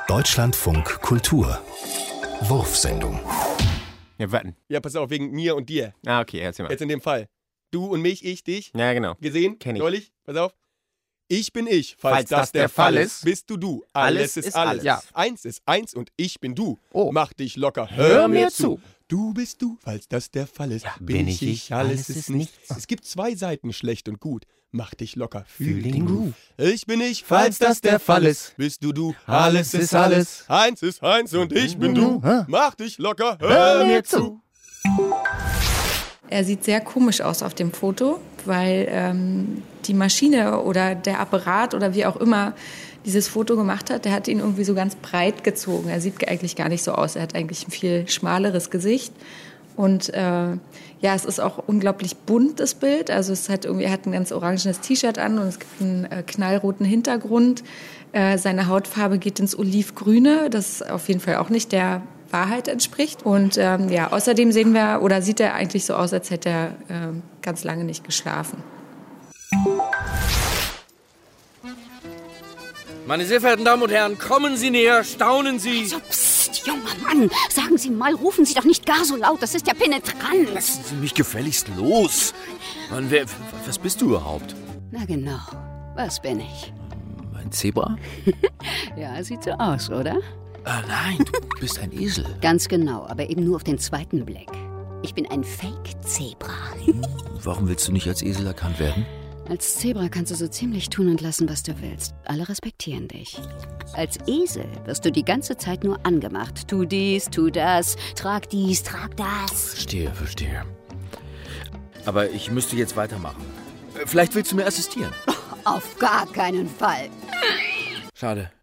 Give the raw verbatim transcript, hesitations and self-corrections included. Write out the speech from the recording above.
Deutschlandfunk Kultur. Wurfsendung. Ja, warten. Ja, pass auf, wegen mir und dir. Ah, okay, erzähl mal. Jetzt in dem Fall. Du und mich, ich, dich. Ja, genau. Gesehen? Kenn ich. Neulich? Pass auf. Ich bin ich, falls, Falls das, das der, der Fall Fall ist. ist. Bist du du. Alles, Alles ist ist alles. alles. Ja. Eins ist eins und ich bin du. Oh. Mach dich locker. Hör mir zu. Du bist du, falls das der Fall ist. Ja, bin ich ich, alles ist nichts. Es gibt zwei Seiten, schlecht und gut. Mach dich locker. Fühl den Groove. Ich bin ich, falls das der Fall ist. Bist du du. Alles ist alles. Eins ist eins und ich bin du. Mach dich locker. Hör mir zu. Er sieht sehr komisch aus auf dem Foto, weil ähm, die Maschine oder der Apparat oder wie auch immer dieses Foto gemacht hat, der hat ihn irgendwie so ganz breit gezogen. Er sieht eigentlich gar nicht so aus. Er hat eigentlich ein viel schmaleres Gesicht. Und äh, ja, es ist auch unglaublich bunt, das Bild. Also es hat irgendwie, er hat ein ganz orangenes T-Shirt an und es gibt einen äh, knallroten Hintergrund. Äh, seine Hautfarbe geht ins Olivgrüne. Das ist auf jeden Fall auch nicht der Wahrheit entspricht. Und ähm, ja, außerdem sehen wir, oder sieht er eigentlich so aus, als hätte er äh, ganz lange nicht geschlafen. Meine sehr verehrten Damen und Herren, kommen Sie näher, staunen Sie. So, psst, junger Mann, sagen Sie mal, rufen Sie doch nicht gar so laut, das ist ja penetrant. Lassen Sie mich gefälligst los. Mann, wer, was bist du überhaupt? Na genau, was bin ich? Ein Zebra? Ja, sieht so aus, oder? Ah, nein, du bist ein Esel. Ganz genau, aber eben nur auf den zweiten Blick. Ich bin ein Fake-Zebra. Warum willst du nicht als Esel erkannt werden? Als Zebra kannst du so ziemlich tun und lassen, was du willst. Alle respektieren dich. Als Esel wirst du die ganze Zeit nur angemacht. Tu dies, tu das, trag dies, trag das. Verstehe, verstehe. Aber ich müsste jetzt weitermachen. Vielleicht willst du mir assistieren. Auf gar keinen Fall. Schade.